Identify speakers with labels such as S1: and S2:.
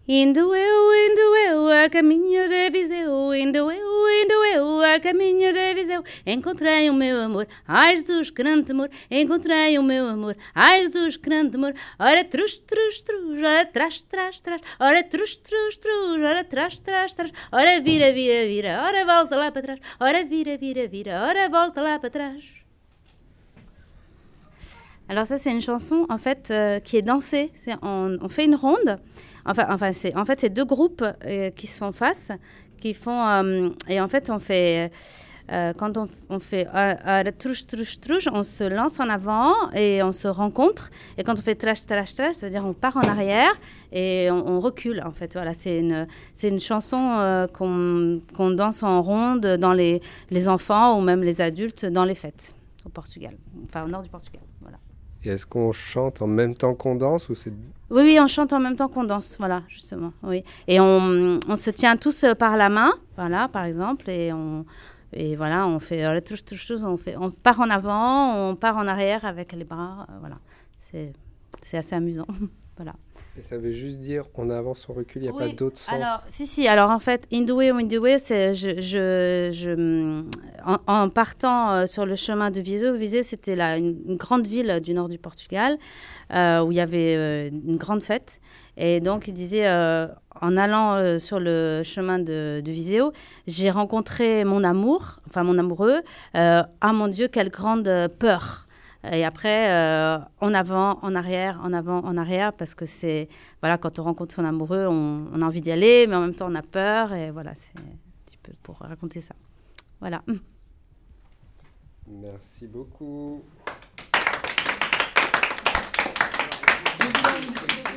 S1: Indo eu, a caminho de Viseu. Indo eu, a caminho de Viseu. Encontrei o meu amor, ai Jesus, grande temor. Encontrei o meu amor, ai Jesus, grande temor. Ora trus, trus, trus, ora trás, trás, trás. Ora trus, trus, trus, ora trás, trás, trás. Ora vira, vira, vira, ora volta lá para trás. Ora vira, vira, vira, ora volta lá para trás. Alors ça, c'est une chanson, en fait, qui est dansée. On fait une ronde. C'est deux groupes qui se font face, qui font... et en fait, on fait... quand on fait trouche, trouche, trouche, on se lance en avant et on se rencontre. Et quand on fait trash, trash, trash, ça veut dire on part en arrière et on recule, en fait. Voilà, c'est une chanson qu'on danse en ronde dans les enfants ou même les adultes dans les fêtes au Portugal, enfin au nord du Portugal, voilà.
S2: Et est-ce qu'on chante en même temps qu'on danse ou c'est...
S1: Oui, on chante en même temps qu'on danse, voilà, justement, oui. Et on se tient tous par la main, voilà, par exemple, et voilà, on fait on part en avant, on part en arrière avec les bras, voilà. C'est assez amusant, voilà.
S2: Et ça veut juste dire on avance, on recule, il n'y a pas d'autre sens.
S1: Alors, si. Alors, en fait, Indoué ou Indoué, c'est en partant sur le chemin de Viseu. Viseu, c'était une grande ville du nord du Portugal où il y avait une grande fête. Et donc, il disait, en allant sur le chemin de Viseu, j'ai rencontré mon amoureux. Ah mon Dieu, quelle grande peur! Et après, en avant, en arrière, en avant, en arrière, parce que c'est, voilà, quand on rencontre son amoureux, on a envie d'y aller, mais en même temps, on a peur. Et voilà, c'est un petit peu pour raconter ça. Voilà.
S2: Merci beaucoup.